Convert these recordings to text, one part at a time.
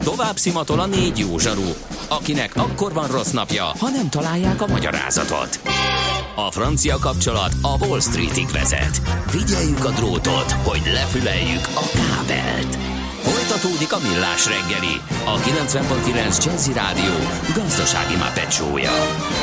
Tovább szimatol a 4 jó zsaru, akinek akkor van rossz napja, ha nem találják a magyarázatot. A francia kapcsolat a Wall Streetig vezet. Figyeljük a drótot, hogy lefüleljük a kábelt. Folytatódik a Millás reggeli, a 90.9 Jazzy Rádió gazdasági mápecsója.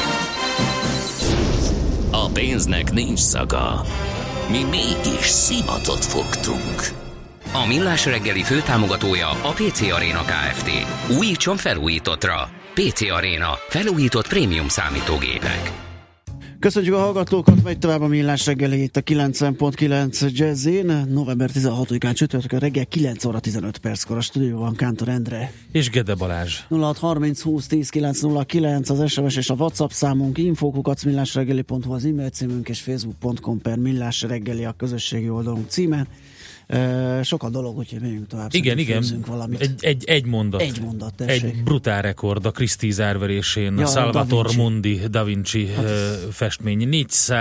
A pénznek nincs szaga. Mi mégis szimatot fogtunk. A Millás reggeli főtámogatója a PC Arena Kft. Újítson felújítottra. PC Arena. Felújított prémium számítógépek. Köszönjük a hallgatókat, megy tovább a Millás reggeli itt a 90.9 Jazzin. November 16-án csütörtökön reggel 9 óra 15 perckor a stúdióban Kántor Endre és Gede Balázs. 0630 20 10 909 az SMS és a WhatsApp számunk, info@millásreggeli.hu az e-mail címünk, és facebook.com/Millás reggeli a közösségi oldalunk címe. Sok a dolog, úgyhogy megyünk tovább. Igen. Valamit. Egy mondat. Egy brutál rekord a Christie's árverésén, a Salvator Mundi Da Vinci festmény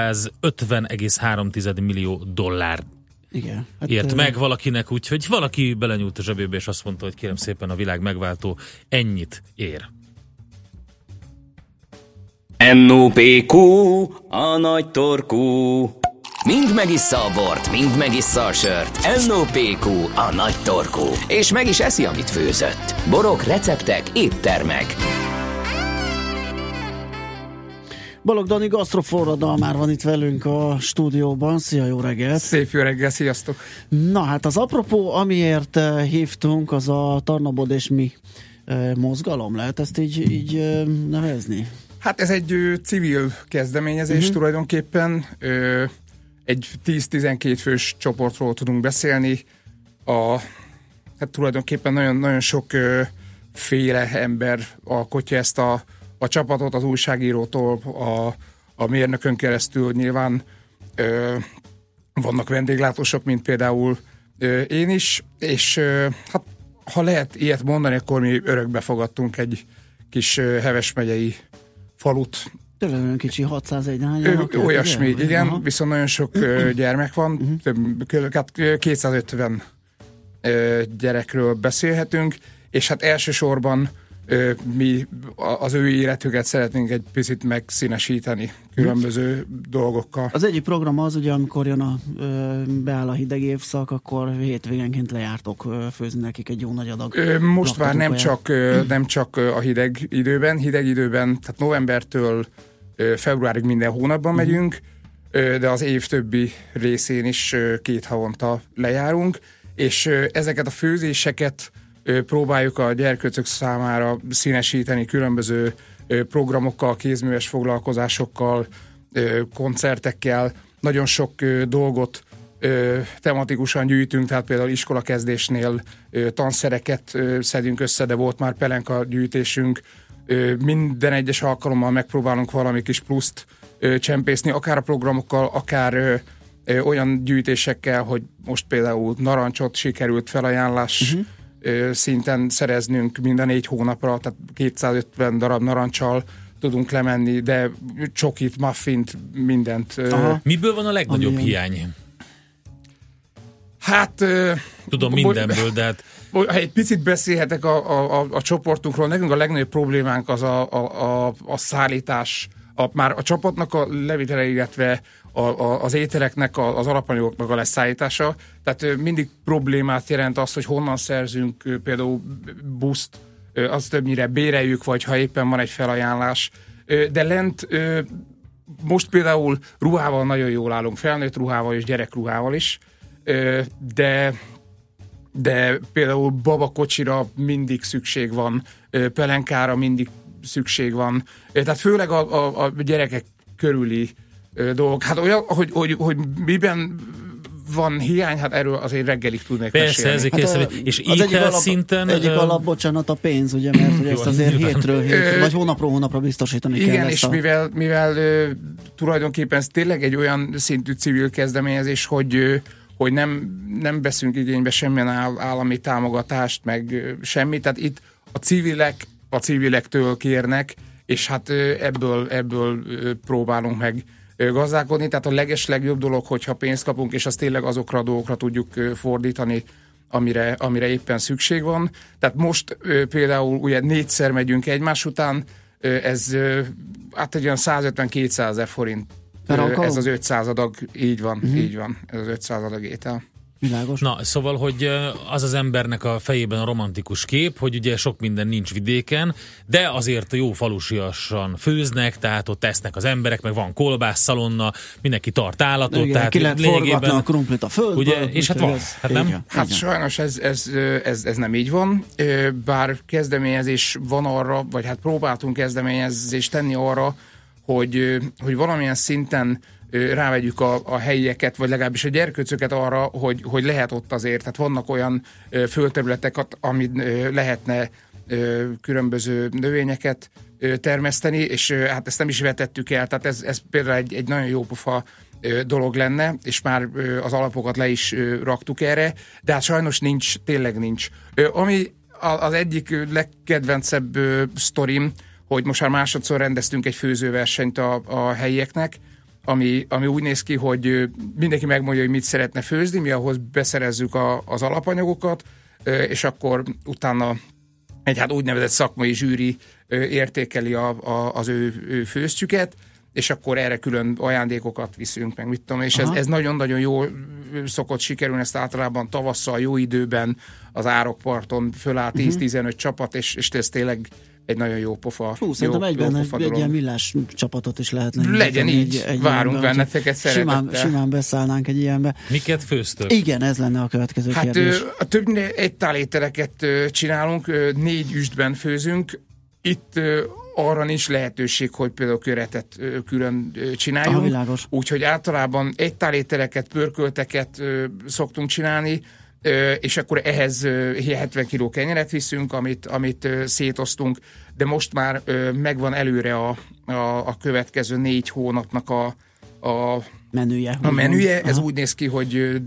450,3 millió dollár. Igen. Ért meg valakinek, úgyhogy valaki belenyúlt a zsebébe, és azt mondta, hogy kérem szépen, a világ megváltó ennyit ér. NOPQ, a nagy torkú. Mind megissza a bort, mind megissza a sört. NOPQ, a nagy torkú. És meg is eszi, amit főzött. Borok, receptek, éttermek. Balogh Dani gasztroforradal már van itt velünk a stúdióban. Szia, jó reggelt! Szép jó reggel, sziasztok! Na hát az apropó, amiért hívtunk, az a Tarnabod és mi mozgalom. Lehet ezt így nevezni? Hát ez egy civil kezdeményezés tulajdonképpen. Egy 10-12 fős csoportról tudunk beszélni. Hát tulajdonképpen nagyon sok féle ember alkotja ezt a csapatot, az újságírótól a mérnökön keresztül. Nyilván vannak vendéglátósok, mint például én is, és hát ha lehet ilyet mondani, akkor mi örökbe fogadtunk egy kis Heves megyei falut. Tényleg olyan kicsi, 601 olyasmi, igen, aha. Viszont nagyon sok gyermek van, 250 gyerekről beszélhetünk, és hát elsősorban mi az ő életüket szeretnénk egy picit megszínesíteni különböző dolgokkal. Az egyik program az, ugye, amikor beáll a hideg évszak, akkor hétvégenként lejártok főzni nekik egy jó nagy adag. Most már nem csak a hideg időben, tehát novembertől februárig minden hónapban megyünk, de az év többi részén is 2 havonta lejárunk, és ezeket a főzéseket próbáljuk a gyerkőcök számára színesíteni különböző programokkal, kézműves foglalkozásokkal, koncertekkel. Nagyon sok dolgot tematikusan gyűjtünk, tehát például iskolakezdésnél tanszereket szedünk össze, de volt már pelenka gyűjtésünk. Minden egyes alkalommal megpróbálunk valami kis pluszt csempészni, akár a programokkal, akár olyan gyűjtésekkel, hogy most például narancsot sikerült felajánlás szinten szereznünk minden 4 hónapra, tehát 250 darab narancsal tudunk lemenni, de csokit, muffint, mindent. Miből van a legnagyobb hiány? Hát... Tudom mindenből, de hát... Ha egy picit beszélhetek a csoportunkról, nekünk a legnagyobb problémánk az a szállítás, már a csapatnak a levitele, illetve az ételeknek, az alapanyagoknak a leszállítása. Tehát mindig problémát jelent az, hogy honnan szerzünk például buszt, az többnyire béreljük, vagy ha éppen van egy felajánlás. De lent most például ruhával nagyon jól állunk, felnőtt ruhával és gyerekruhával is, de például babakocsira mindig szükség van, pelenkára mindig szükség van. Tehát főleg a gyerekek körüli dolgok. Hát olyan, hogy miben van hiány, hát erről azért reggelig tudnék mesélni. Ezért készül, és ítel szinten... Egyik alap, bocsánat, a pénz, ugye, mert hogy ezt azért hétről, vagy hónapról hónapra biztosítani kell. Igen, és mivel tulajdonképpen ez tényleg egy olyan szintű civil kezdeményezés, hogy nem veszünk igénybe semmilyen állami támogatást, meg semmit, tehát itt a civilektől kérnek, és hát ebből próbálunk meg gazdálkodni, tehát a legjobb dolog, hogyha pénzt kapunk, és azt tényleg azokra a dolgokra tudjuk fordítani, amire éppen szükség van. Tehát most például ugye 4-szer megyünk egymás után, ez hát egy olyan 150-200 ezer forint. Ez az 500 adag, így van, ez az 500 adag étel. Világos. Na, szóval, hogy az embernek a fejében a romantikus kép, hogy ugye sok minden nincs vidéken, de azért jó falusiasan főznek, tehát ott tesznek az emberek, meg van kolbászszalonna, mindenki tart állatot, igen, tehát ki lehet forgatni a krumplit a földből. Ugye, és hát van, hát nem? Hát sajnos ez nem így van, bár kezdeményezés van arra, vagy hát próbáltunk kezdeményezést tenni arra, hogy valamilyen szinten rávegyük a helyieket, vagy legalábbis a gyerkőcöket arra, hogy lehet ott azért. Tehát vannak olyan földterületek, amit lehetne különböző növényeket termeszteni, és hát ezt nem is vetettük el. Tehát ez például egy nagyon jó pofa dolog lenne, és már az alapokat le is raktuk erre, de hát sajnos tényleg nincs. Ami az egyik legkedvencebb sztorim, hogy most már másodszor rendeztünk egy főzőversenyt a helyieknek, ami úgy néz ki, hogy mindenki megmondja, hogy mit szeretne főzni, mi ahhoz beszerezzük az alapanyagokat, és akkor utána egy úgynevezett szakmai zsűri értékeli az ő főztjüket, és akkor erre külön ajándékokat viszünk, meg mit tudom, és ez nagyon-nagyon jól szokott sikerülni, ezt általában tavasszal, jó időben az árokparton föláll 10-15 csapat, és ez tényleg egy nagyon jó pofa. Szerintem egyben egy ilyen millás csapatot is lehetne. Legyen így, várunk benneteket szeretettel. Simán beszállnánk egy ilyenbe. Miket főztök? Igen, ez lenne a következő kérdés. Többnyire egytálételeket csinálunk, 4 üstben főzünk. Itt arra nincs lehetőség, hogy például köretet külön csináljunk. Úgyhogy általában egytálételeket, pörkölteket szoktunk csinálni, és akkor ehhez 70 kg kenyeret viszünk, amit szétosztunk, de most már megvan előre a következő 4 hónapnak a menüje. Ez úgy néz ki, hogy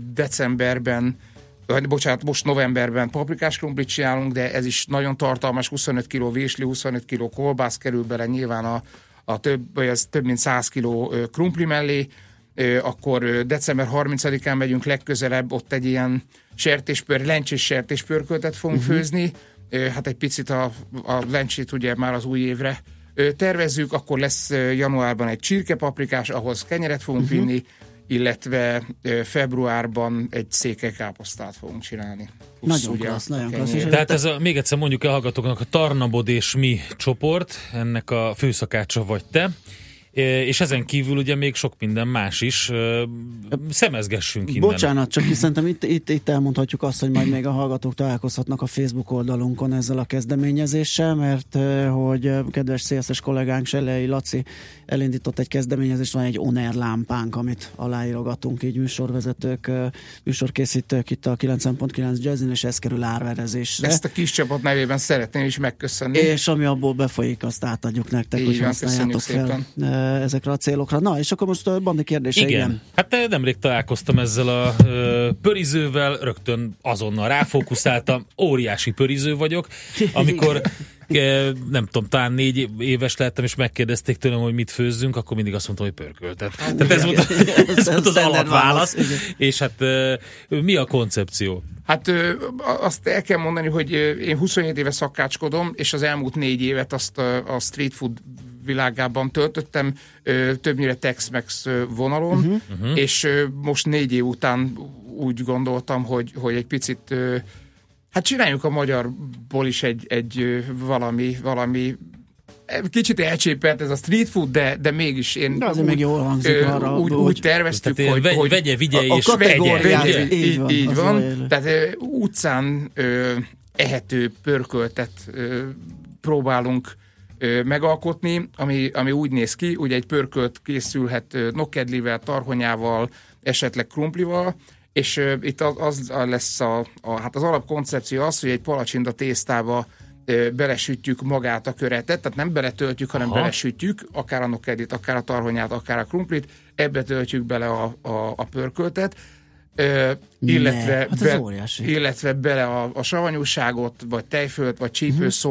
most novemberben paprikás krumplit csinálunk, de ez is nagyon tartalmas, 25 kg vésli, 25 kg kolbász kerül bele nyilván több mint 100 kg krumpli mellé. Akkor december 30-án megyünk legközelebb, ott egy ilyen lencsés sertéspörköltet fogunk főzni. Hát egy picit a lencsét ugye már az új évre tervezzük, akkor lesz januárban egy csirkepaprikás, ahhoz kenyeret fogunk vinni, illetve februárban egy székelykáposztát fogunk csinálni. Nagyon klassz. Tehát még egyszer mondjuk el hallgatóknak, a Tarnabod és mi csoport, ennek a főszakácsa vagy te, és ezen kívül ugye még sok minden más is. Szemezgessünk innen. Bocsánat, csak szerintem itt elmondhatjuk azt, hogy majd még a hallgatók találkozhatnak a Facebook oldalunkon ezzel a kezdeményezéssel, mert hogy kedves CSS kollégánk Sellei Laci elindított egy kezdeményezést, van egy on-air lámpánk, amit aláírogatunk így műsorvezetők, műsorkészítők itt a 90.9 Jazzin, és ez kerül árverezésre. Ezt a kis csapat nevében szeretném is megköszönni. És ami abból befolyik, azt átadjuk nektek, hogy használjátok fel ezekre a célokra. Na, és akkor most Bandi kérdése. Igen. Hát nemrég találkoztam ezzel a pörizővel, rögtön azonnal ráfókuszáltam, óriási pöriző vagyok, amikor nem tudom, talán 4 éves lettem, és megkérdezték tőlem, hogy mit főzzünk, akkor mindig azt mondtam, hogy pörköltet. Tehát ez volt az alapválasz. És hát mi a koncepció? Hát azt el kell mondani, hogy én 27 éve szakácskodom, és az elmúlt 4 évet azt a street food világában töltöttem, többnyire Tex-Mex vonalon, és most 4 év után úgy gondoltam, hogy egy picit hát csináljunk a magyarból is egy valami kicsit elcsépelt ez a street food, de mégis én úgy terveztük, hogy vigye és vegye. Így van. Tehát utcán ehető pörköltet próbálunk megalkotni, ami úgy néz ki, ugye egy pörkölt készülhet nokkedlivel, tarhonyával, esetleg krumplival, és itt az lesz hát az alapkoncepció az, hogy egy palacsinta tésztába belesütjük magát a köretet, tehát nem beletöltjük, hanem belesütjük, akár a nokkedlit, akár a tarhonyát, akár a krumplit, ebbe töltjük bele a pörköltet, illetve bele a savanyúságot, vagy tejfölt, vagy csípőszószt,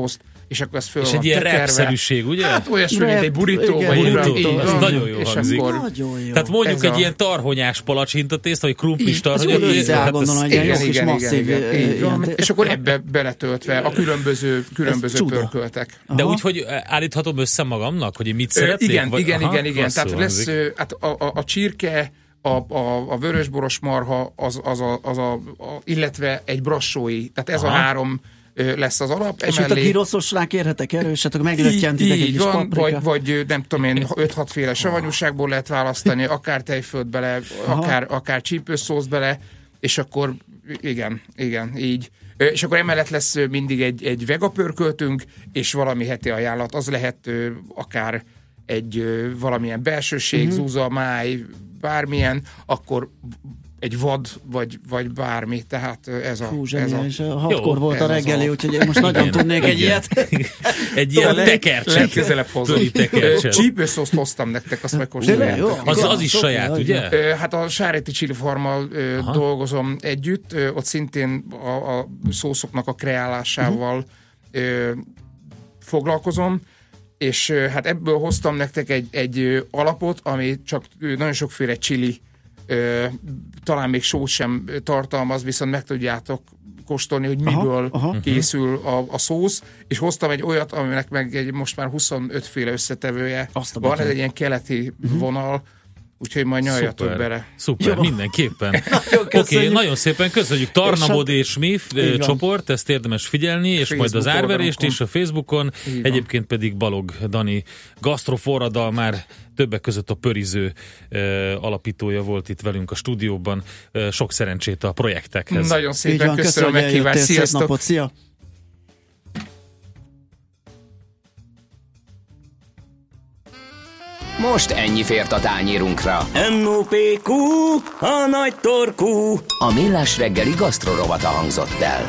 és akkor ez föl és van egy ilyen tekerve. repszerűség, ugye? Hát olyasmi, mint egy burrito, igen, vagy burrito, így az van, nagyon jó és hangzik. akkor Nagyon jó. Tehát mondjuk Ez egy a- ilyen tarhonyás palacsintatészt, vagy krumplis Az tarhonyát. úgy összeáll, gondolom, egy ilyen jó kis masszív így van. ilyen- És akkor ebbe beletöltve a különböző csuda. pörköltek. De Aha. úgy, hogy állíthatom össze magamnak, hogy én mit szeretnék? Igen. Aha, Tehát klasszul lesz hangzik. hát a csirke, a vörösboros marha, illetve egy brassói, tehát ez Aha. a három lesz az alap. És ott a giroszosnál kérhetek erőset, meglöttyentitek egy így kis van, paprika. vagy nem tudom én, 5-6 féle savanyúságból lehet választani, akár tejföld bele, akár csípőszósz bele, és akkor igen, így. És akkor emellett lesz mindig egy vegapörköltünk, és valami heti ajánlat. Az lehet akár egy valamilyen belsőség, zúza, máj, bármilyen, akkor egy vad, vagy bármi, tehát ez a... Hú, ez zseniális. a 6-kor volt ez a az reggeli, alap. úgyhogy én most nagyon Igen, tudnék egy igen. ilyet. Egy ilyen tekercset. Legközelebb hozom. Pöri tekercset. Csípőszószt hoztam nektek, azt Tényleg? megkóstoljátok. Jó. Az is saját, ugye? Hát a Sáréti Chili Farmmal dolgozom együtt, ott szintén a szószoknak a kreálásával foglalkozom, és hát ebből hoztam nektek egy alapot, ami csak nagyon sokféle chili, talán még sót sem tartalmaz, viszont meg tudjátok kóstolni, hogy miből készül a szósz, és hoztam egy olyat, aminek meg most már 25 féle összetevője van, ez egy ilyen keleti vonal, úgyhogy majd nyaljatok bele. Szuper, Jó. mindenképpen. Oké, köszönjük. nagyon szépen köszönjük. Tarnabod és mi csoport, ezt érdemes figyelni, és majd az Facebook árverést oldalunkon. is a Facebookon. Így van. Egyébként pedig Balog Dani gasztroforradal már többek között a Pöriző alapítója volt itt velünk a stúdióban. Sok szerencsét a projektekhez. Nagyon Így szépen van, köszönöm a hogy eljöttél, meghívást, szép sziasztok! napot, szia! Most ennyi fért a tányérunkra. M.O.P.Q. A nagy torkú. A Millás reggeli gasztrorovata hangzott el.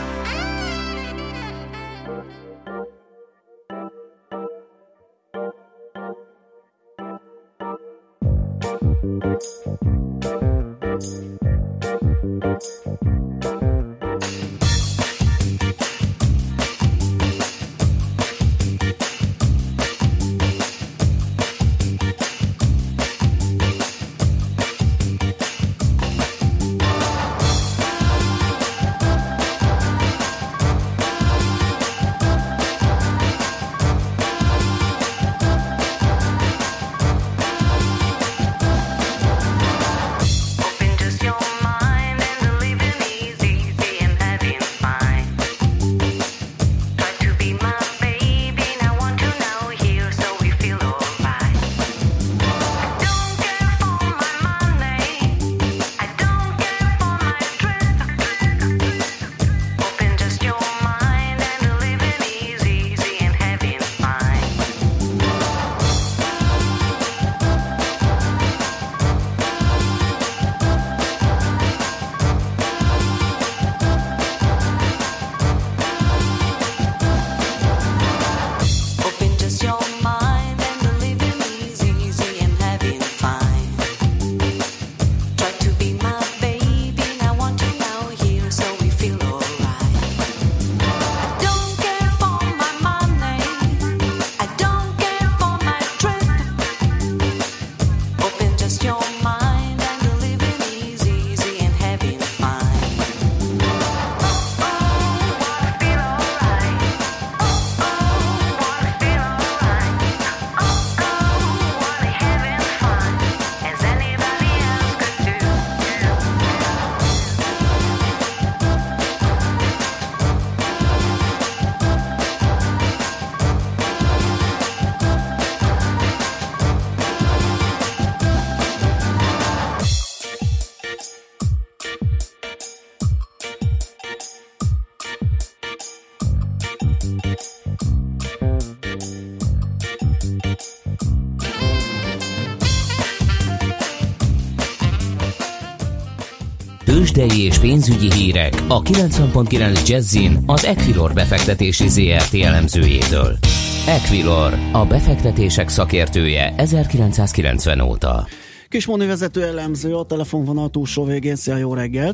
Tőzsdei és pénzügyi hírek a 90.9 Jazzin az Equilor befektetési ZRT elemzőjétől. Equilor, a befektetések szakértője 1990 óta. Kismoni vezető elemző a telefonvonal túlsó végén. Szia, jó reggelt!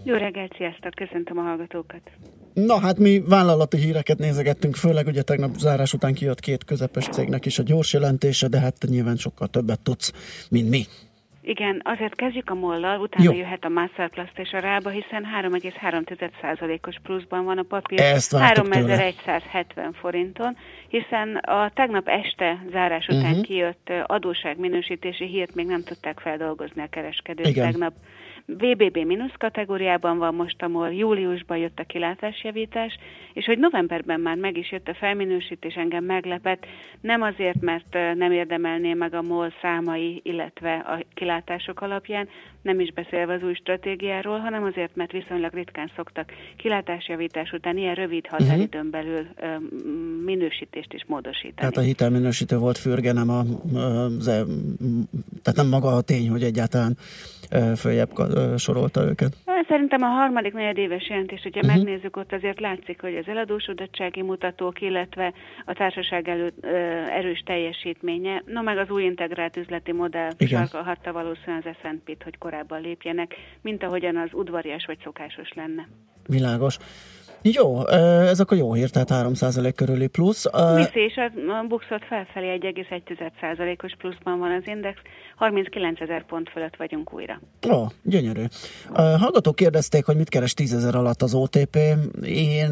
Jó reggelt, sziasztok, köszöntöm a hallgatókat. Na hát mi vállalati híreket nézegettünk, főleg ugye tegnap zárás után kijött 2 közepes cégnek is a gyors jelentése, de hát nyilván sokkal többet tudsz, mint mi. Igen, azért kezdjük a MOL-lal, utána jöhet a Masterplast és a Rába, hiszen 3,3%-os pluszban van a papír, 3170 forinton, hiszen a tegnap este zárás után kijött adósságminősítési hírt még nem tudták feldolgozni a kereskedők tegnap. VBB mínusz kategóriában van most a MOL, júliusban jött a kilátásjavítás, és hogy novemberben már meg is jött a felminősítés, engem meglepett, nem azért, mert nem érdemelné meg a MOL számai, illetve a kilátások alapján, nem is beszélve az új stratégiáról, hanem azért, mert viszonylag ritkán szoktak kilátásjavítás után ilyen rövid határidőn belül minősítést is módosítani. Tehát a hitelminősítő volt fürge, nem tehát nem maga a tény, hogy egyáltalán följebb sorolta őket. Szerintem a harmadik negyedéves jelentés, hogyha megnézzük, ott azért látszik, hogy az eladósodottsági mutatók, illetve a társaság erős teljesítménye, meg az új integrált üzleti modell sarkalhatta valószínűleg az S&P-t, hogy korábban lépjenek, mint ahogyan az udvarias vagy szokásos lenne. Világos. Jó, ez akkor jó hír, tehát 3% körüli plusz. Viszi, és a buxot felfelé 1,1%-os pluszban van az index, 39 000 pont fölött vagyunk újra. Ó, gyönyörű. Hallgatók kérdezték, hogy mit keres 10 000 alatt az OTP. Én...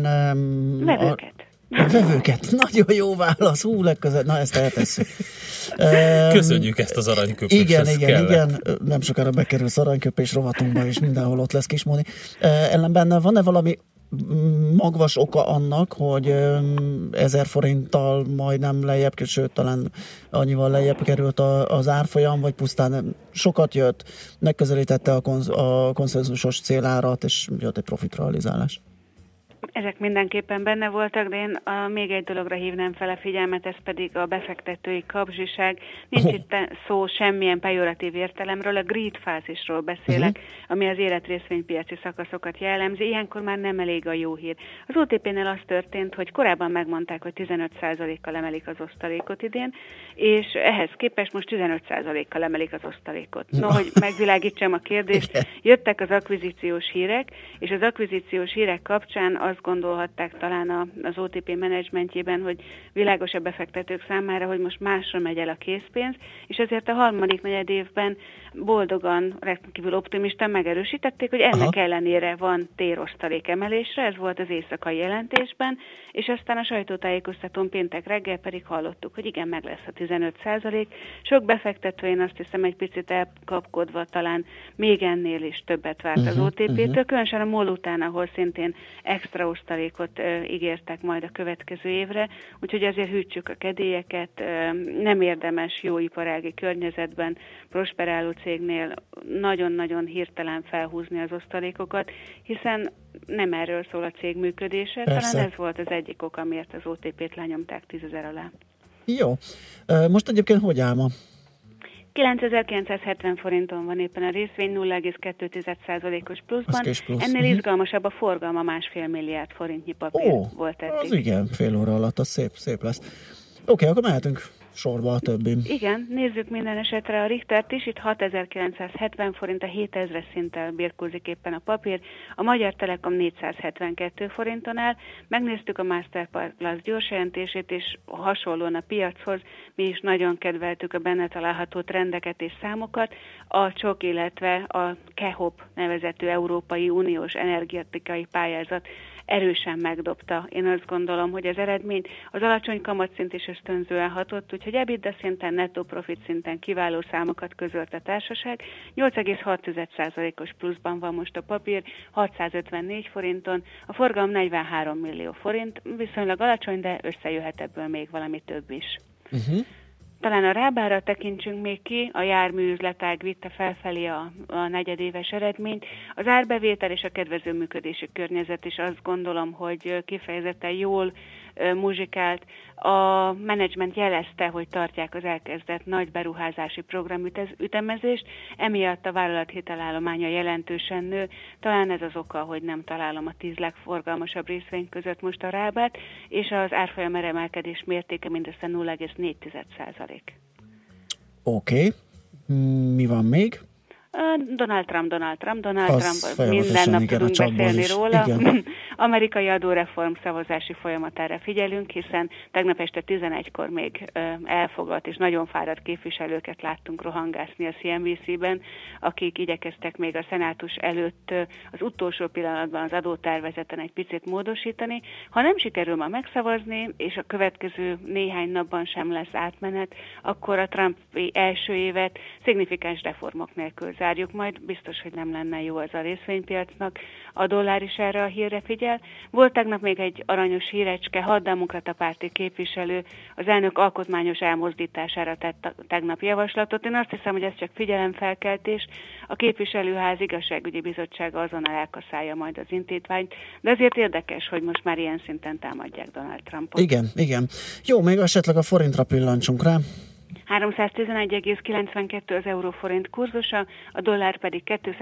Vevőket. Vevőket. Nagyon jó válasz. Legközelebb. Na, ezt eltesszük. Köszönjük ezt az aranyköpést. Igen. Nem sokára bekerülsz aranyköpés rovatunkba, és mindenhol ott lesz Kismóni. Ellenben van-e valami magvas oka annak, hogy 1000 forinttal majdnem lejjebb, sőt talán annyival lejjebb került az árfolyam, vagy pusztán sokat jött, megközelítette a konszenzusos célárat, és jött egy profitrealizálás? Ezek mindenképpen benne voltak, de én még egy dologra hívnám fel a figyelmet, ez pedig a befektetői kapzsiság. Nincs itt szó semmilyen pejoratív értelemről, a greed fázisról beszélek, ami az életrészvénypiaci szakaszokat jellemzi. Ilyenkor már nem elég a jó hír. Az OTP-nél az történt, hogy korábban megmondták, hogy 15%-kal emelik az osztalékot idén, és ehhez képest most 15%-kal emelik az osztalékot. Hogy megvilágítsam a kérdést, jöttek az akvizíciós hírek, és az akvizíciós hírek kapcsán azt gondolhatták talán az OTP menedzsmentjében, hogy világos a befektetők számára, hogy most másra megy el a készpénz, és ezért a harmadik negyed évben boldogan, rendkívül optimisten megerősítették, hogy ennek ellenére van térosztalék emelésre, ez volt az éjszakai jelentésben, és aztán a sajtótájékoztatón péntek reggel pedig hallottuk, hogy igen, meg lesz a 15%. Sok befektető, én azt hiszem, egy picit elkapkodva talán még ennél is többet várt az OTP-től, különösen a MOL után, ahol szintén extra osztalékot ígértek majd a következő évre, úgyhogy azért hűtsük a kedélyeket, nem érdemes jó iparági környezetben prosperáló cégnél nagyon-nagyon hirtelen felhúzni az osztalékokat, hiszen nem erről szól a cég működése, talán ez volt az egyik ok, amiért az OTP-t lenyomták 10 000 alá. Jó. Most egyébként hogy áll ma? 9970 forinton van éppen a részvény, 0,2%-os pluszban. Ennél izgalmasabb a forgalma, 1,5 milliárd forintnyi papír volt eddig. Az igen, fél óra alatt, az szép lesz. Oké, akkor mehetünk sorba a többi. Igen, nézzük minden esetre a Richtert is, itt 6970 forint, a 7000-es szinttel birkózik éppen a papír, a Magyar Telekom 472 forinton áll, megnéztük a Masterplast gyors jelentését, és hasonlóan a piachoz mi is nagyon kedveltük a benne található trendeket és számokat, a CSOK, illetve a KEHOP nevezetű Európai Uniós energetikai pályázat erősen megdobta. Én azt gondolom, hogy az eredmény az alacsony kamatszint is ösztönzően hatott, úgyhogy EBITDA szinten, nettó profit szinten kiváló számokat közölt a társaság. 8,6%-os pluszban van most a papír, 654 forinton, a forgalom 43 millió forint, viszonylag alacsony, de összejöhet ebből még valami több is. Talán a Rábára tekintsünk még ki, a járműüzletág vitte felfelé a negyedéves eredményt. Az árbevétel és a kedvező működési környezet is azt gondolom, hogy kifejezetten jól muzsikált. A menedzsment jelezte, hogy tartják az elkezdett nagy beruházási programütemezést, emiatt a vállalat hitelállománya jelentősen nő. Talán ez az oka, hogy nem találom a 10 legforgalmasabb részvény között most a Rábát, és az árfolyam emelkedés mértéke mindössze 0,4%. Oké. Mi van még? Donald Trump, minden nap tudunk beszélni róla. Amerikai adóreform szavazási folyamatára figyelünk, hiszen tegnap este 11-kor még elfoglalt és nagyon fáradt képviselőket láttunk rohangászni a CNBC-ben, akik igyekeztek még a szenátus előtt az utolsó pillanatban az adótervezeten egy picit módosítani. Ha nem sikerül ma megszavazni, és a következő néhány napban sem lesz átmenet, akkor a Trump első évet szignifikáns reformok nélkül zárjuk, majd biztos, hogy nem lenne jó az a részvénypiacnak. A dollár is erre a hírre figyel. Volt tegnap még egy aranyos hírecske, 6 demokrata párti képviselő az elnök alkotmányos elmozdítására tett tegnap javaslatot. Én azt hiszem, hogy ez csak figyelemfelkeltés. A képviselőház igazságügyi bizottsága azonnal elkaszálja majd az indítványt, de azért érdekes, hogy most már ilyen szinten támadják Donald Trumpot. Igen. Jó, még esetleg a forintra pillancsunk rá. 311,92 az euróforint kurzusa, a dollár pedig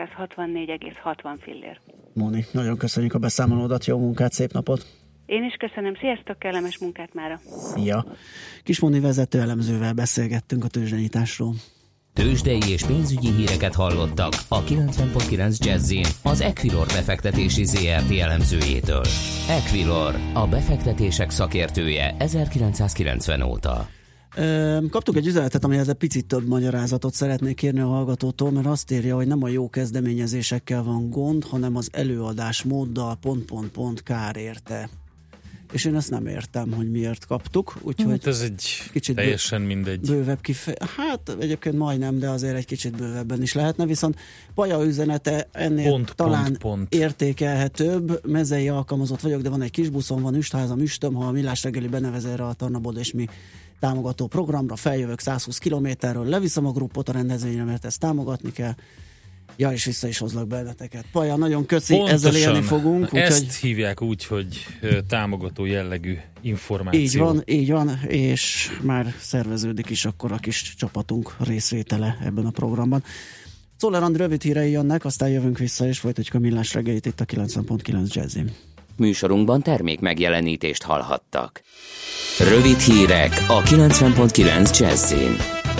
264,60 fillér. Móni, nagyon köszönjük a beszámolódat, jó munkát, szép napot! Én is köszönöm, sziasztok, kellemes munkát mára! Szia! Kismóni vezető elemzővel beszélgettünk a tőzsdenyításról. Tőzsdei és pénzügyi híreket hallottak a 90.9 Jazzin az Equilor befektetési ZRT elemzőjétől. Equilor, a befektetések szakértője 1990 óta. Kaptuk egy üzenetet, amihez egy picit több magyarázatot szeretnék kérni a hallgatótól, mert azt írja, hogy nem a jó kezdeményezésekkel van gond, hanem az előadásmóddal kár érte. És én ezt nem értem, hogy miért kaptuk. Úgyhogy ez egy kicsit teljesen mindegy. Bővebb hát egyébként majdnem, de azért egy kicsit bővebben is lehetne, viszont Paja üzenete ennél talán értékelhetőbb. Mezei alkalmazott vagyok, de van egy kis buszon, van üstházam, üstöm, ha a Millás reggeli benevez erre a Tarnabod és mi támogató programra, feljövök 120 kilométerről, leviszem a grupot a rendezvényre, mert ezt támogatni kell. Ja, és vissza is hozlak benneteket. Paja, nagyon köszi, pontosan, ezzel élni fogunk. Ezt hívják úgy, hogy támogató jellegű információ. Így van, és már szerveződik is akkor a kis csapatunk részvétele ebben a programban. Czoller Andi rövid hírei jönnek, aztán jövünk vissza, és folytatjuk a Millás reggelit itt a 90.9 Jazzin. Műsorunkban termék megjelenítést hallhattak. Rövid hírek a 90.9 Jazzin.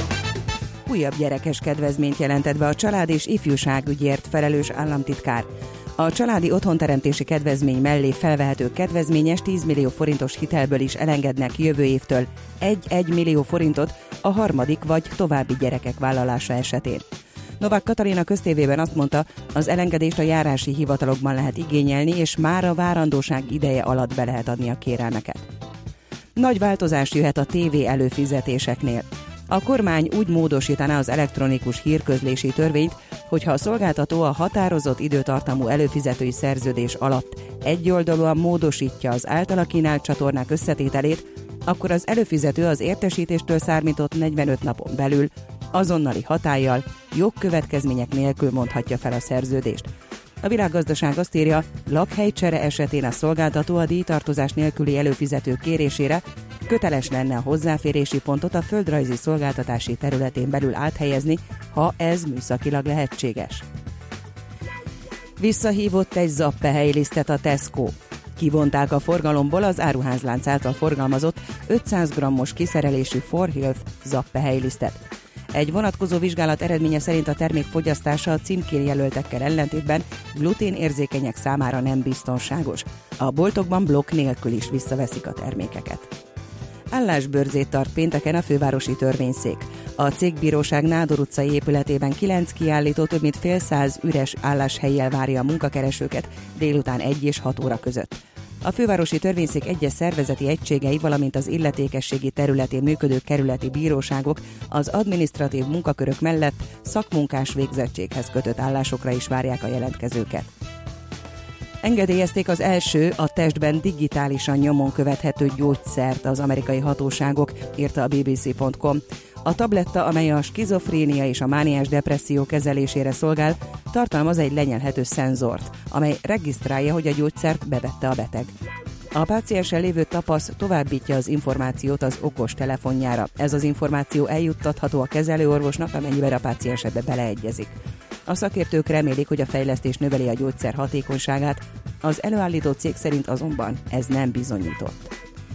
Újabb gyerekes kedvezményt jelentett be a család és ifjúságügyért felelős államtitkár. A családi otthonteremtési kedvezmény mellé felvehető kedvezményes 10 millió forintos hitelből is elengednek jövő évtől 1 millió forintot a harmadik vagy további gyerekek vállalása esetén. Novák Katalin köztévében azt mondta, az elengedést a járási hivatalokban lehet igényelni, és már a várandóság ideje alatt be lehet adni a kérelmeket. Nagy változás jöhet a TV előfizetéseknél. A kormány úgy módosítaná az elektronikus hírközlési törvényt, hogyha a szolgáltató a határozott időtartamú előfizetői szerződés alatt egyoldalúan módosítja az általa kínált csatornák összetételét, akkor az előfizető az értesítéstől szármított 45 napon belül azonnali hatállyal, jogkövetkezmények nélkül mondhatja fel a szerződést. A Világgazdaság azt írja, lakhelycsere esetén a szolgáltató a díjtartozás nélküli előfizető kérésére köteles lenne a hozzáférési pontot a földrajzi szolgáltatási területén belül áthelyezni, ha ez műszakilag lehetséges. Visszahívott egy Zappe-helylisztet a Tesco. Kivonták a forgalomból az áruházlánc által forgalmazott 500 g-os kiszerelésű For Health Zappe-helylisztet. Egy vonatkozó vizsgálat eredménye szerint a termék fogyasztása a címkén jelöltekkel ellentétben gluténérzékenyek számára nem biztonságos. A boltokban blokk nélkül is visszaveszik a termékeket. Állásbörzét tart pénteken a fővárosi törvényszék. A cégbíróság Nádor utcai épületében 9 kiállító több mint fél száz üres álláshelyjel várja a munkakeresőket délután 1 és 6 óra között. A fővárosi törvényszék egyes szervezeti egységei, valamint az illetékességi területén működő kerületi bíróságok az adminisztratív munkakörök mellett szakmunkás végzettséghez kötött állásokra is várják a jelentkezőket. Engedélyezték az első a testben digitálisan nyomon követhető gyógyszert az amerikai hatóságok, írta a bbc.com. A tabletta, amely a skizofrénia és a mániás depresszió kezelésére szolgál, tartalmaz egy lenyelhető szenzort, amely regisztrálja, hogy a gyógyszert bevette a beteg. A páciensen lévő tapasz továbbítja az információt az okos telefonjára. Ez az információ eljuttatható a kezelőorvosnak, amennyiben a páciens ebbe beleegyezik. A szakértők remélik, hogy a fejlesztés növeli a gyógyszer hatékonyságát, az előállító cég szerint azonban ez nem bizonyított.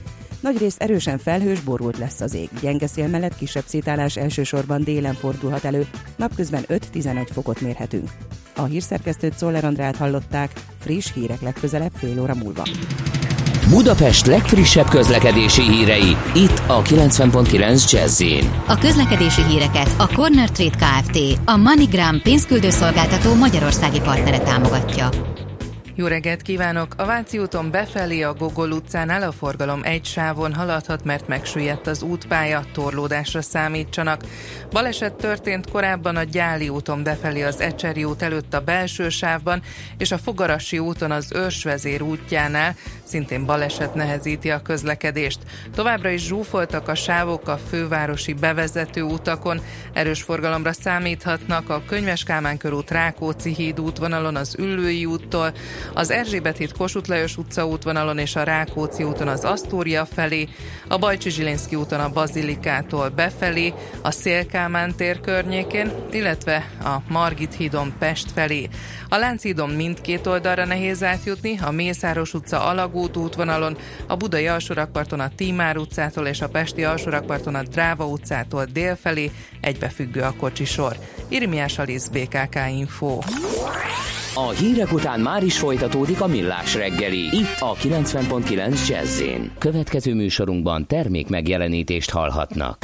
Nagyrészt erősen felhős, borult lesz az ég. Gyenge szél mellett kisebb szétállás elsősorban délen fordulhat elő, napközben 5-11 fokot mérhetünk. A hírszerkesztőt, Czoller Andrát hallották, friss hírek legközelebb fél óra múlva. Budapest legfrissebb közlekedési hírei, itt a 90.9 Jazz-in. A közlekedési híreket a Corner Trade Kft., a MoneyGram pénzküldőszolgáltató magyarországi partnere támogatja. Jó reggelt kívánok! A Váci úton befelé a Gogol utcánál a forgalom egy sávon haladhat, mert megsüllyedt az útpálya, torlódásra számítsanak. Baleset történt korábban a Gyáli úton befelé az Ecseri út előtt a belső sávban, és a Fogarasi úton az Őrsvezér útjánál szintén baleset nehezíti a közlekedést. Továbbra is zsúfoltak a sávok a fővárosi bevezető utakon, erős forgalomra számíthatnak a Könyves Kálmán körút Rákóczi híd útvonalon az Üllői úttól, az Erzsébet híd Kossuth Lajos utca útvonalon és a Rákóczi úton az Asztória felé, a Bajcsi-Zsilinszky úton a Bazilikától befelé, a Széll-Kálmán tér környékén, illetve a Margit hídon Pest felé. A Lánchídon mindkét oldalra nehéz átjutni, a Mészáros utca Alagút útvonalon, a Budai alsórakparton a Tímár utcától és a Pesti alsórakparton a Dráva utcától délfelé egybefüggő a kocsisor. Irmiás Alisz, BKK Info. A hírek után már is folytatódik a Millás reggeli, itt a 90.9 Jazz-in. Következő műsorunkban termék megjelenítést hallhatnak.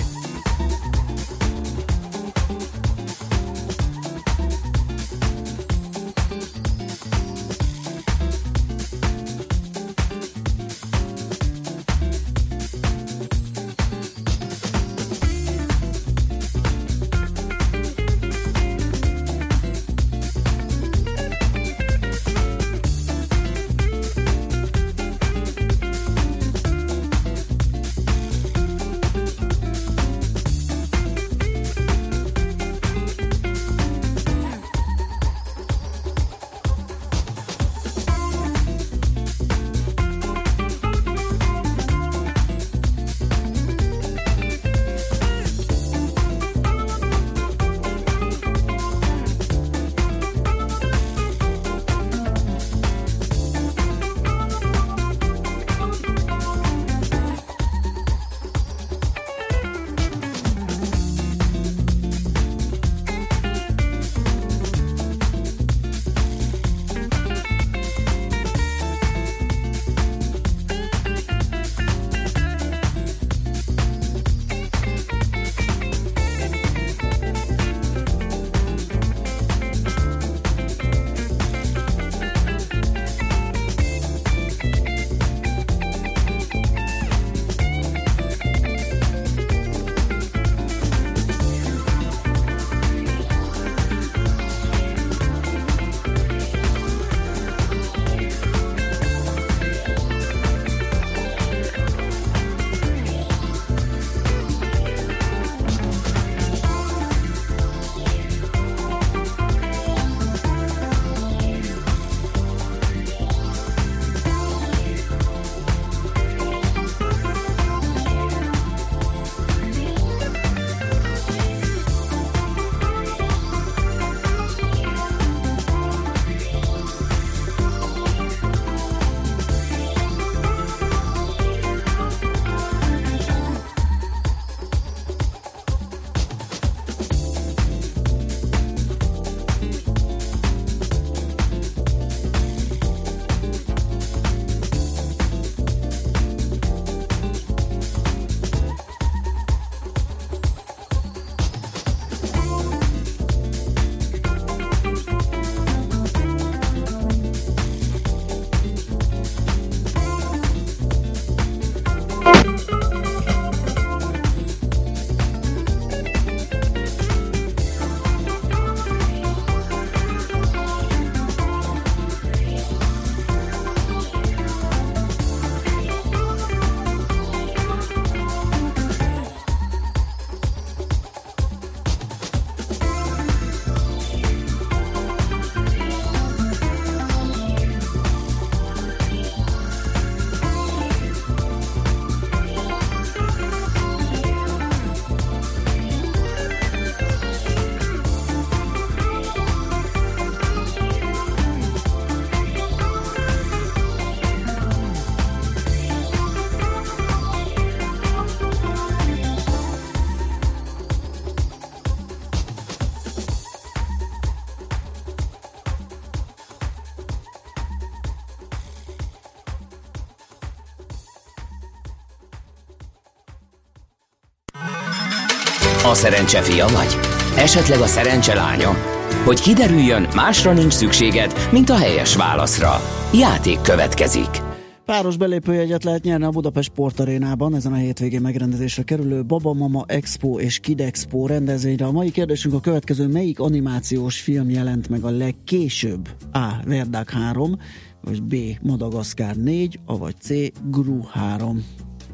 A szerencse fia vagy? Esetleg a szerencse lánya? Hogy kiderüljön, másra nincs szükséged, mint a helyes válaszra. Játék következik. Páros belépőjegyet lehet nyerni a Budapest Sportarénában, ezen a hétvégén megrendezésre kerülő Baba Mama Expo és Kid Expo rendezvényre. A mai kérdésünk a következő: melyik animációs film jelent meg a legkésőbb? A. Verdág 3, vagy B. Madagaszkár 4, vagy C. Gru 3.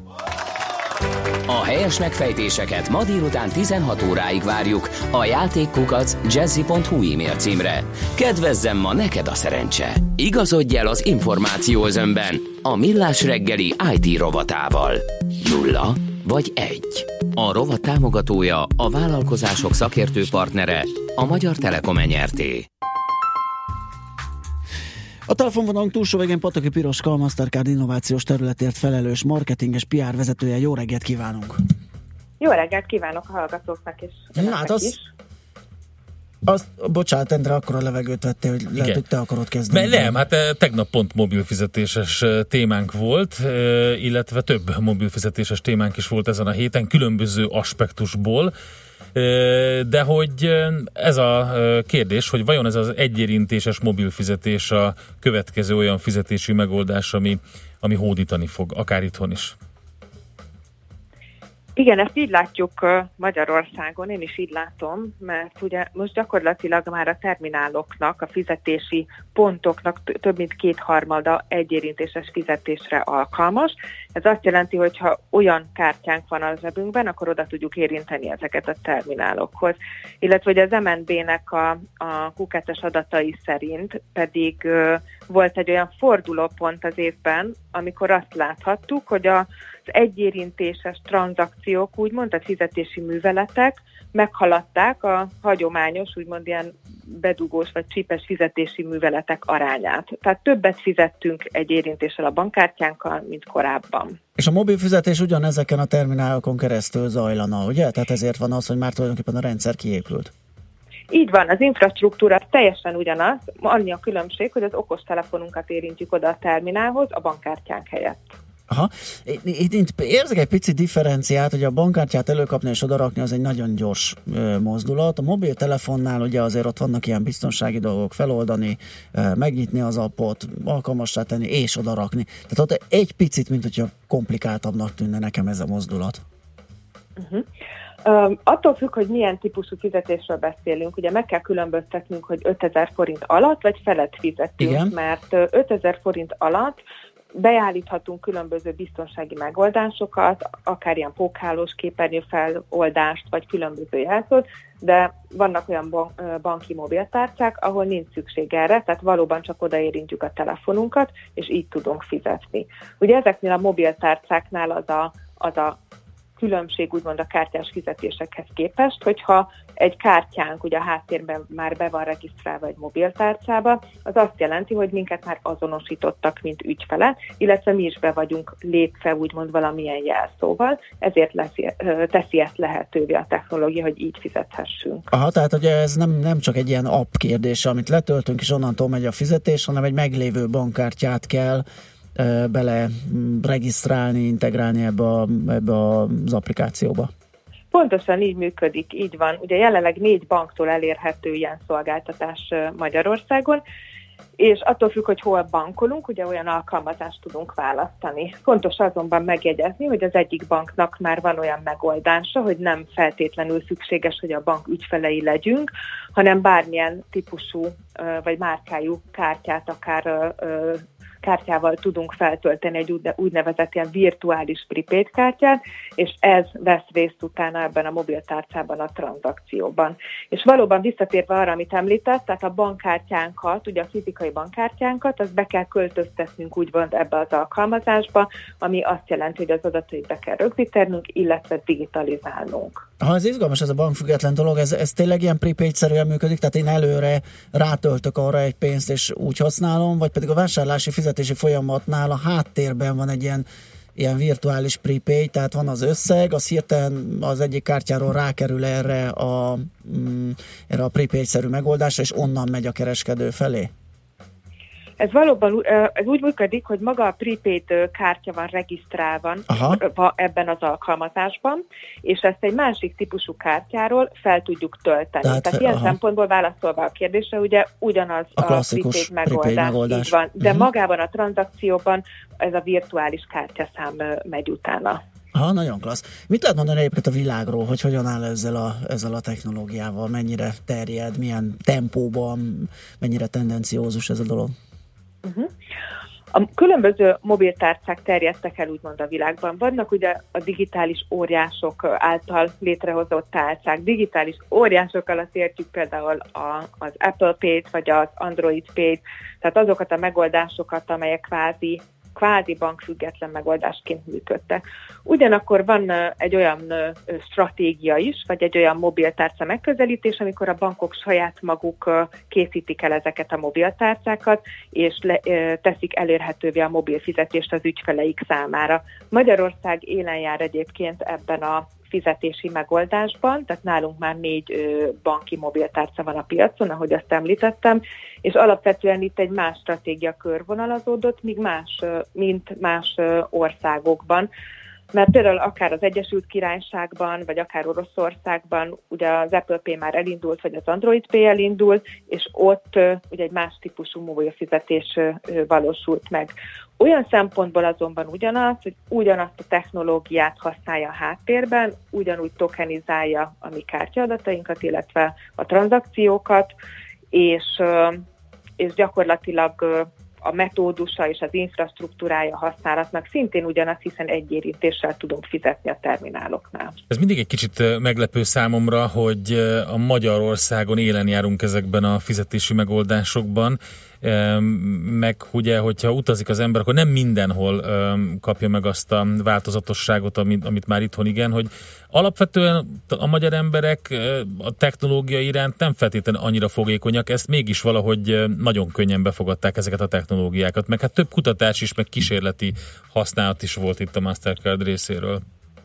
A helyes megfejtéseket ma délután 16 óráig várjuk a játékkukac@jazzy.hu e-mail címre. Kedvezzem ma neked a szerencse! Igazodj el az információ özönben a Millás reggeli IT rovatával. 0 vagy 1. A rovat támogatója, a vállalkozások szakértő partnere, a Magyar Telekom Nyrt. A telefonvonalunk túlsó végén Pataki Piroska, a Mastercard innovációs területért felelős marketinges PR vezetője. Jó reggelt kívánunk! Jó reggelt kívánok a hallgatóknak is. Bocsánat, Endre, akkor a levegőt vettél, hogy lehet, hogy te akarod kezdeni. Nem, hát tegnap pont mobilfizetéses témánk volt, illetve több mobilfizetéses témánk is volt ezen a héten, különböző aspektusból. De hogy ez a kérdés, hogy vajon ez az egyérintéses mobilfizetés a következő olyan fizetési megoldás, ami hódítani fog, akár itthon is? Igen, ezt így látjuk Magyarországon, én is így látom, mert ugye most gyakorlatilag már a termináloknak, a fizetési pontoknak több mint 2/3 egyérintéses fizetésre alkalmas. Ez azt jelenti, hogy ha olyan kártyánk van a zsebünkben, akkor oda tudjuk érinteni ezeket a terminálokhoz. Illetve hogy az MNB-nek a Q2-es adatai szerint pedig volt egy olyan fordulópont az évben, amikor azt láthattuk, hogy az egyérintéses tranzakciók, úgymond a fizetési műveletek meghaladták a hagyományos, úgymond ilyen bedugós vagy csípes fizetési műveletek arányát. Tehát többet fizettünk egy érintéssel a bankkártyánkkal, mint korábban. És a mobil fizetés ugyanezeken a terminálokon keresztül zajlana, ugye? Tehát ezért van az, hogy már tulajdonképpen a rendszer kiépült. Így van, az infrastruktúra teljesen ugyanaz, annyi a különbség, hogy az okostelefonunkat érintjük oda a terminálhoz a bankkártyánk helyett. Aha. Itt érzek egy pici differenciát, hogy a bankkártyát előkapni és odarakni az egy nagyon gyors mozdulat. A mobiltelefonnál ugye azért ott vannak ilyen biztonsági dolgok, feloldani, megnyitni az appot, alkalmassá tenni és odarakni. Tehát ott egy picit, mint hogyha komplikáltabbnak tűnne nekem ez a mozdulat. Attól függ, hogy milyen típusú fizetésről beszélünk. Ugye meg kell különböztetnünk, hogy 5000 forint alatt vagy felett fizetünk, igen, mert 5000 forint alatt beállíthatunk különböző biztonsági megoldásokat, akár ilyen pókhálós képernyő feloldást, vagy különböző jelszót, de vannak olyan banki mobiltárcák, ahol nincs szükség erre, tehát valóban csak odaérintjük a telefonunkat, és így tudunk fizetni. Ugye ezeknél a mobiltárcáknál az a különbség úgymond a kártyás fizetésekhez képest, hogyha egy kártyánk ugye a háttérben már be van regisztrálva egy mobiltárcába, az azt jelenti, hogy minket már azonosítottak, mint ügyfele, illetve mi is be vagyunk lépve úgymond valamilyen jelszóval, ezért teszi ezt lehetővé a technológia, hogy így fizethessünk. Aha, tehát ugye ez nem csak egy ilyen app kérdés, amit letöltünk és onnantól megy a fizetés, hanem egy meglévő bankkártyát kell bele regisztrálni, integrálni ebbe az applikációba. Pontosan így működik, így van. Ugye jelenleg 4 banktól elérhető ilyen szolgáltatás Magyarországon, és attól függ, hogy hol bankolunk, ugye olyan alkalmazást tudunk választani. Fontos azonban megjegyezni, hogy az egyik banknak már van olyan megoldása, hogy nem feltétlenül szükséges, hogy a bank ügyfelei legyünk, hanem bármilyen típusú vagy márkájú kártyát akár kártyával tudunk feltölteni egy úgynevezett ilyen virtuális prepaid kártyát, és ez vesz részt utána ebben a mobiltárcában a tranzakcióban. És valóban visszatérve arra, amit említett, tehát a bankkártyánkat, ugye a fizikai bankkártyánkat, azt be kell költöztetnünk úgymond ebbe az alkalmazásba, ami azt jelenti, hogy az adatait be kell rögzítenünk, illetve digitalizálnunk. Ha ez izgalmas, ez a bankfüggetlen dolog, ez tényleg ilyen prepaid-szerűen működik, tehát én előre rátöltök arra egy pénzt, és úgy használom, vagy pedig a vásárlási fizetési folyamatnál a háttérben van egy ilyen virtuális prepaid, tehát van az összeg, az hirtelen az egyik kártyáról rákerül erre a prepaid-szerű megoldásra, és onnan megy a kereskedő felé? Ez valóban ez úgy működik, hogy maga a prepaid kártya van regisztrálva ebben az alkalmazásban, és ezt egy másik típusú kártyáról fel tudjuk tölteni. Tehát ilyen szempontból válaszolva a kérdésre, ugye ugyanaz a prepaid megoldás. Így van, de magában a tranzakcióban ez a virtuális kártyaszám megy utána. Nagyon klassz. Mit lehet mondani egyébként a világról, hogy hogyan áll ezzel a technológiával, mennyire terjed, milyen tempóban, mennyire tendenciózus ez a dolog? A különböző mobiltárcák terjedtek el úgymond a világban. Vannak ugye a digitális óriások által létrehozott tárcák. Digitális óriások alatt értjük például az Apple Pay-t, vagy az Android Pay-t, tehát azokat a megoldásokat, amelyek kvázi bankfüggetlen megoldásként működtek. Ugyanakkor van egy olyan stratégia is, vagy egy olyan mobiltárca megközelítés, amikor a bankok saját maguk készítik el ezeket a mobiltárcákat, és teszik elérhetővé a mobil fizetést az ügyfeleik számára. Magyarország élen jár egyébként ebben a fizetési megoldásban, tehát nálunk már 4 banki mobiltárca van a piacon, ahogy azt említettem, és alapvetően itt egy más stratégia körvonalazódott, mint más országokban. Mert például akár az Egyesült Királyságban, vagy akár Oroszországban ugye az Apple Pay már elindult, vagy az Android Pay elindult, és ott ugye egy más típusú mobil fizetés valósult meg. Olyan szempontból azonban ugyanaz, hogy ugyanazt a technológiát használja a háttérben, ugyanúgy tokenizálja a mi kártyaadatainkat, illetve a tranzakciókat, és gyakorlatilag a metódusa és az infrastruktúrája használatnak szintén ugyanaz, hiszen egy érintéssel tudunk fizetni a termináloknál. Ez mindig egy kicsit meglepő számomra, hogy a Magyarországon élen járunk ezekben a fizetési megoldásokban, meg ugye, hogyha utazik az ember, akkor nem mindenhol kapja meg azt a változatosságot, amit már itthon igen, hogy alapvetően a magyar emberek a technológia iránt nem feltétlenül annyira fogékonyak, ezt mégis valahogy nagyon könnyen befogadták ezeket a technológiákat, meg hát több kutatás is, meg kísérleti használat is volt itt a Mastercard részéről.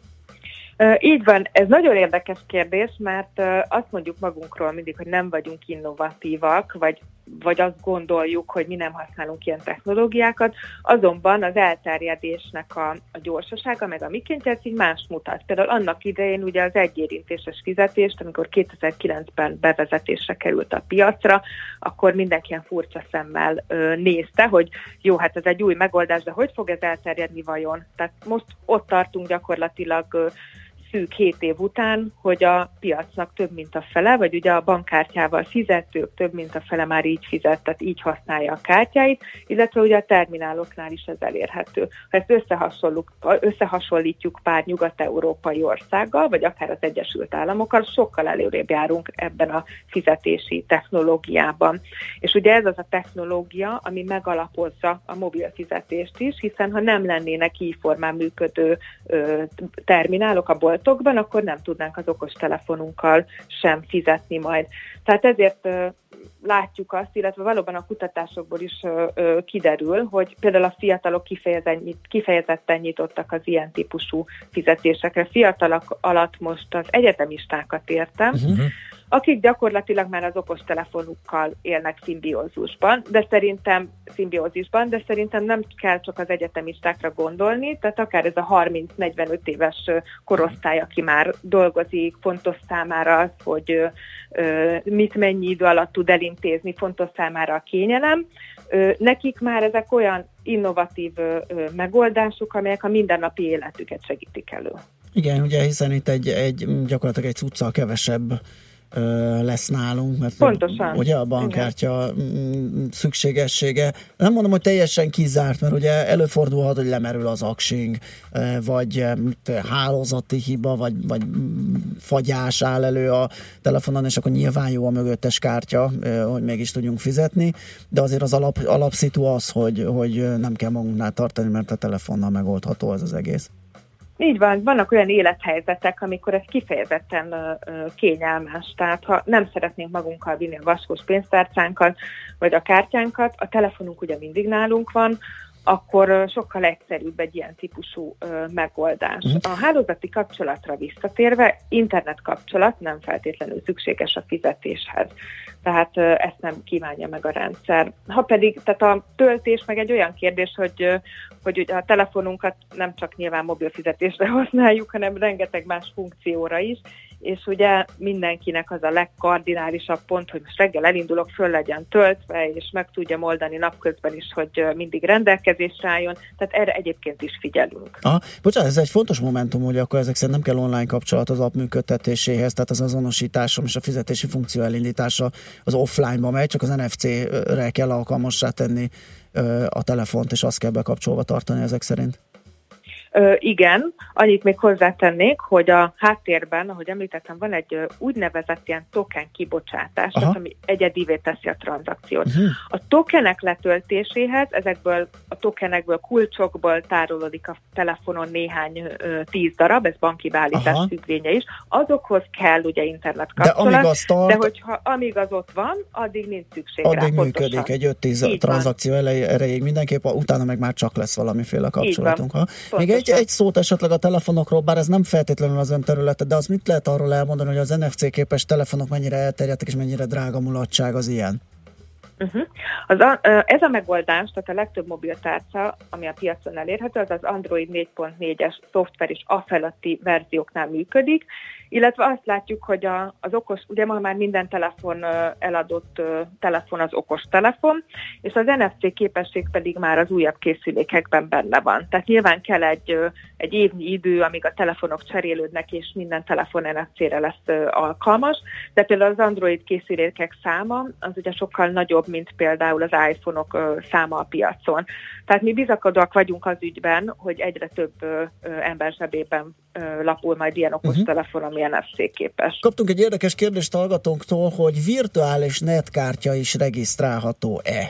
Így van, ez nagyon érdekes kérdés, mert azt mondjuk magunkról mindig, hogy nem vagyunk innovatívak, vagy azt gondoljuk, hogy mi nem használunk ilyen technológiákat, azonban az elterjedésnek a gyorsasága, meg a mikéntje így más mutat. Például annak idején ugye az egyérintéses fizetést, amikor 2009-ben bevezetésre került a piacra, akkor mindenki ilyen furcsa szemmel nézte, hogy jó, hát ez egy új megoldás, de hogy fog ez elterjedni vajon? Tehát most ott tartunk gyakorlatilag szűk 7 év után, hogy a piacnak több mint a fele, vagy ugye a bankkártyával fizetők több mint a fele már így fizet, tehát így használja a kártyáit, illetve ugye a termináloknál is ez elérhető. Ha ezt összehasonlítjuk pár nyugat-európai országgal, vagy akár az Egyesült Államokkal, sokkal előrébb járunk ebben a fizetési technológiában. És ugye ez az a technológia, ami megalapozza a mobil fizetést is, hiszen ha nem lennének így formán működő terminálok a boltokban, akkor nem tudnánk az okostelefonunkkal sem fizetni majd. Tehát ezért látjuk azt, illetve valóban a kutatásokból is kiderül, hogy például a fiatalok kifejezetten nyitottak az ilyen típusú fizetésekre. Fiatalok alatt most az egyetemistákat értem, akik gyakorlatilag már az okostelefonukkal élnek szimbiózisban, de szerintem nem kell csak az egyetemistákra gondolni, tehát akár ez a 30-45 éves korosztály, aki már dolgozik, fontos számára az, hogy mit mennyi idő alatt tud elintézni, fontos számára a kényelem. Nekik már ezek olyan innovatív megoldások, amelyek a mindennapi életüket segítik elő. Igen, ugye hiszen itt gyakorlatilag egy cuccal kevesebb lesz nálunk, mert pontosan. Ugye a bankkártya szükségessége, nem mondom, hogy teljesen kizárt, mert ugye előfordulhat, hogy lemerül az aksing, vagy hálózati hiba, vagy fagyás áll elő a telefonon, és akkor nyilván jó a mögöttes kártya, hogy mégis tudjunk fizetni, de azért az alapszitu az, hogy nem kell magunknál tartani, mert a telefonnal megoldható ez az egész. Így van, vannak olyan élethelyzetek, amikor ez kifejezetten kényelmes. Tehát ha nem szeretnénk magunkkal vinni a vaskos pénztárcánkat, vagy a kártyánkat, a telefonunk ugye mindig nálunk van, akkor sokkal egyszerűbb egy ilyen típusú megoldás. A hálózati kapcsolatra visszatérve, internet kapcsolat nem feltétlenül szükséges a fizetéshez. Tehát ezt nem kívánja meg a rendszer. Ha pedig, tehát a töltés meg egy olyan kérdés, hogy ugye a telefonunkat nem csak nyilván mobil fizetésre használjuk, hanem rengeteg más funkcióra is, és ugye mindenkinek az a legkardinálisabb pont, hogy most reggel elindulok, föl legyen töltve, és meg tudjam oldani napközben is, hogy mindig rendelkezésre álljon, tehát erre egyébként is figyelünk. Bocsánat, ez egy fontos momentum, hogy akkor ezek szerint nem kell online kapcsolat az app működtetéséhez, tehát az azonosításom és a fizetési funkció elindítása az offline-ba megy, csak az NFC-re kell alkalmassá tenni a telefont, és azt kell bekapcsolva tartani ezek szerint. Igen, annyit még hozzátennék, hogy a háttérben, ahogy említettem, van egy úgynevezett ilyen token kibocsátás, tehát, ami egyedivé teszi a tranzakciót. A tokenek letöltéséhez, ezekből a tokenekből, kulcsokból tárolódik a telefonon néhány 10 darab, ez banki beállítás függvénye is, azokhoz kell ugye internet kapcsolat, de hogyha amíg az ott van, addig nincs szükség addig rá. Addig működik egy 5-10 tranzakció erejéig mindenképp, utána meg már csak lesz valamiféle kapcsolatunk. Még egy szót esetleg a telefonokról, bár ez nem feltétlenül az ön területe, de az mit lehet arról elmondani, hogy az NFC-képes telefonok mennyire elterjedtek, és mennyire drága mulatság az ilyen? Ez a megoldás, tehát a legtöbb mobiltárca, ami a piacon elérhető, az Android 4.4-es szoftver és afeletti verzióknál működik, illetve azt látjuk, hogy az okos, ugye ma már minden telefon eladott telefon az okos telefon, és az NFC képesség pedig már az újabb készülékekben benne van. Tehát nyilván kell egy évnyi idő, amíg a telefonok cserélődnek, és minden telefon NFC-re lesz alkalmas, de például az Android készülékek száma az ugye sokkal nagyobb, mint például az iPhone-ok száma a piacon. Tehát mi bizakodóak vagyunk az ügyben, hogy egyre több ember zsebében lapul majd ilyen okos telefon, ami NFC-képes. Kaptunk egy érdekes kérdést hallgatónktól, hogy virtuális netkártya is regisztrálható-e?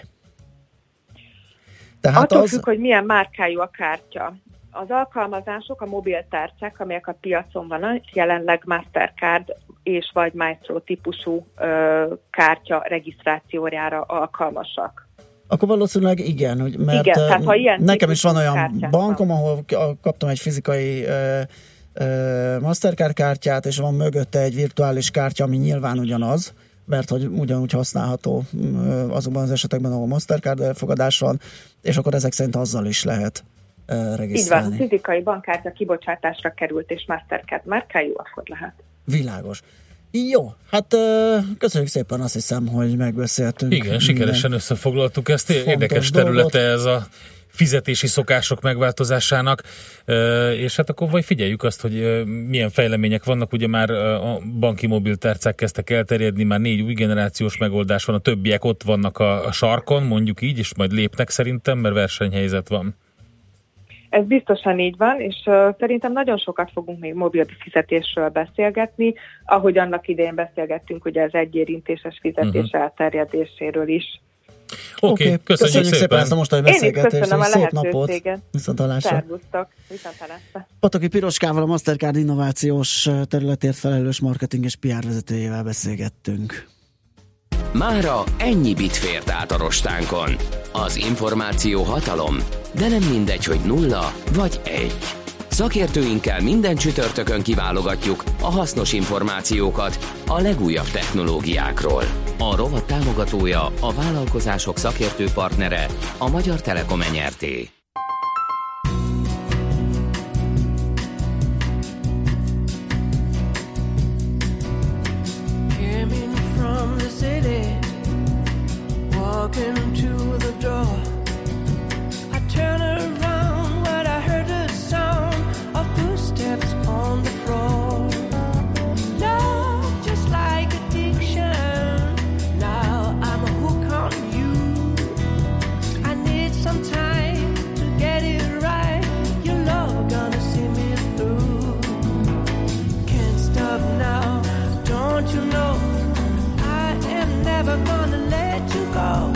Tehát attól függ, hogy milyen márkájú a kártya. Az alkalmazások, a mobiltárcák, amelyek a piacon vannak, jelenleg Mastercard és vagy Maestro típusú kártya regisztrációjára alkalmasak. Akkor valószínűleg igen, mert igen, tehát, ha ilyen nekem is van olyan bankom, ahol kaptam egy fizikai Mastercard kártyát, és van mögötte egy virtuális kártya, ami nyilván ugyanaz, mert hogy ugyanúgy használható azokban az esetekben, ahol Mastercard elfogadás van, és akkor ezek szerint azzal is lehet regisztrálni. Így van, fizikai bankkártya kibocsátásra került, és Mastercard márkájú, akkor lehet. Világos. Jó, hát köszönjük szépen, azt hiszem, hogy megbeszéltünk. Igen, sikeresen összefoglaltuk ezt. Érdekes területe ez a fizetési szokások megváltozásának, és hát akkor vagy figyeljük azt, hogy milyen fejlemények vannak, ugye már a banki mobiltárcák kezdtek elterjedni, már 4 új generációs megoldás van, a többiek ott vannak a sarkon, mondjuk így, és majd lépnek szerintem, mert versenyhelyzet van. Ez biztosan így van, és szerintem nagyon sokat fogunk még mobil fizetésről beszélgetni, ahogy annak idején beszélgettünk ugye az egyérintéses fizetés elterjedéséről is. Oké, köszönjük szépen ezt a mostani beszélgetést. Én is köszönöm a lehetőséget. Viszontlátásra. Szervusztok. Viszontlátásra. Pataki Piroskával, a Mastercard innovációs területért felelős marketing és PR vezetőjével beszélgettünk. Mára ennyi bit fért át a rostánkon. Az információ hatalom, de nem mindegy, hogy 0 vagy 1. Szakértőinkkel minden csütörtökön kiválogatjuk a hasznos információkat a legújabb technológiákról. A rovat támogatója, a vállalkozások szakértő partnere, a Magyar Telekom Nyrt. Walking to the door, I turn around when I heard the sound of footsteps on the floor. Love just like addiction, now I'm a hook on you. I need some time to get it right, your love gonna see me through. Can't stop now, don't you know, I am never gonna let you go.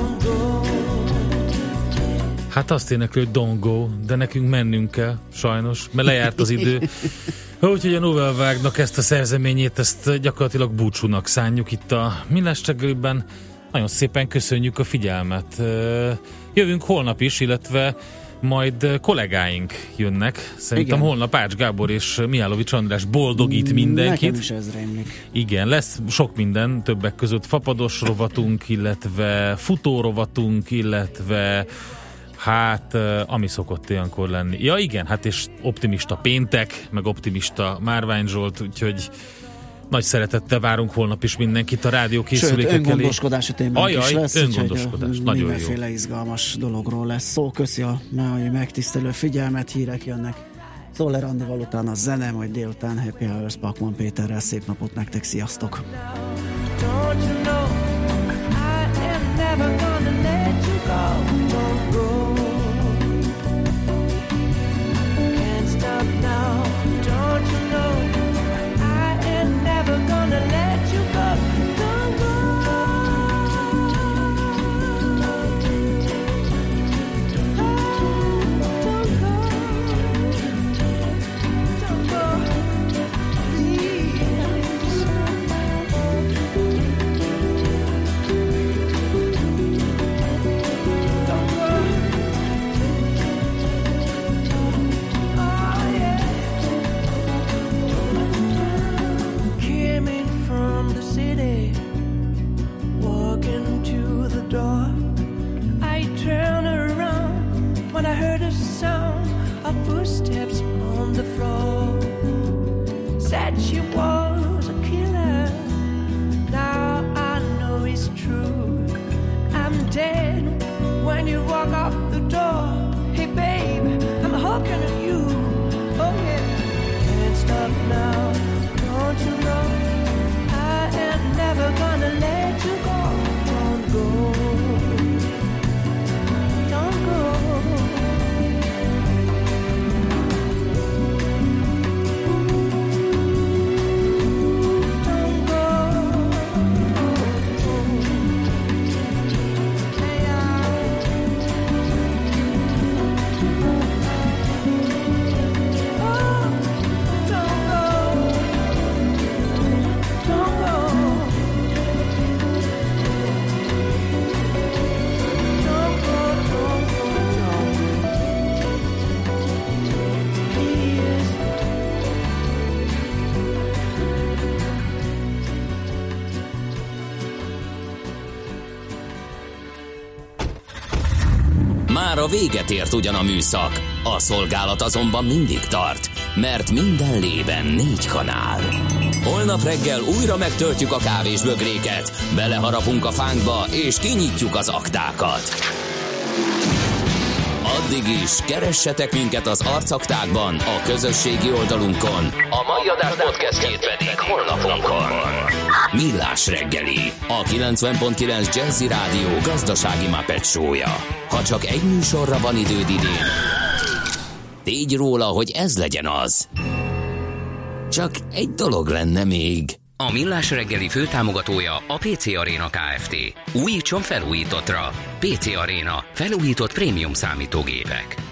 Hát azt énekli, hogy don't go, de nekünk mennünk kell, sajnos, mert lejárt az idő. Úgyhogy a Nouvelle Vague-nak ezt a szerzeményét, ezt gyakorlatilag búcsúnak szánjuk itt a Millás reggeliben. Nagyon szépen köszönjük a figyelmet. Jövünk holnap is, illetve majd kollégáink jönnek. Szerintem igen. Holnap Ács Gábor és Mihálovics András boldogít mindenkit. Nekem is ez rémlik. Igen, lesz sok minden, többek között fapados rovatunk, illetve futórovatunk, illetve hát, ami szokott ilyenkor lenni. Ja igen, hát és optimista péntek, meg optimista Márvány Zsolt, úgyhogy nagy szeretettel várunk holnap is mindenkit a rádió készülékek elé. Öngondoskodási témánk is lesz. Öngondoskodás, nagyon jó. Mindenféle izgalmas dologról lesz szó. Köszi a mai megtisztelő figyelmet, hírek jönnek. Szoller Andival, utána a zene, majd délután Happy Hours Pakman Péterrel. Szép napot nektek, sziasztok! Don't you know I am never gonna let you go. Don't go. Can't stop now. Don't you know I am never gonna let you go. Don't go. Don't go. Please. door. I turned around when I heard a sound of footsteps on the floor. Said she was a killer. Now I know it's true. I'm dead when you walk out the door. Hey babe, I'm hooking on you. Oh yeah, can't stop now. Don't you know I am never gonna let you go. Don't go. Don't go. Már a véget ért ugyan a műszak, a szolgálat azonban mindig tart, mert minden lében 4 kanál. Holnap reggel újra megtöltjük a kávésbögréket, beleharapunk a fánkba és kinyitjuk az aktákat. Addig is keressetek minket az arcaktákban, a közösségi oldalunkon. A mai adás podcastjét pedig honlapunkon. Millás reggeli, a 90.9 Jazzy Rádió gazdasági Muppet show-ja. Ha csak egy műsorra van időd idén, tégy róla, hogy ez legyen az. Csak egy dolog lenne még. A Millás reggeli főtámogatója a PC Arena Kft. Újítson felújítottra. PC Arena. Felújított prémium számítógépek.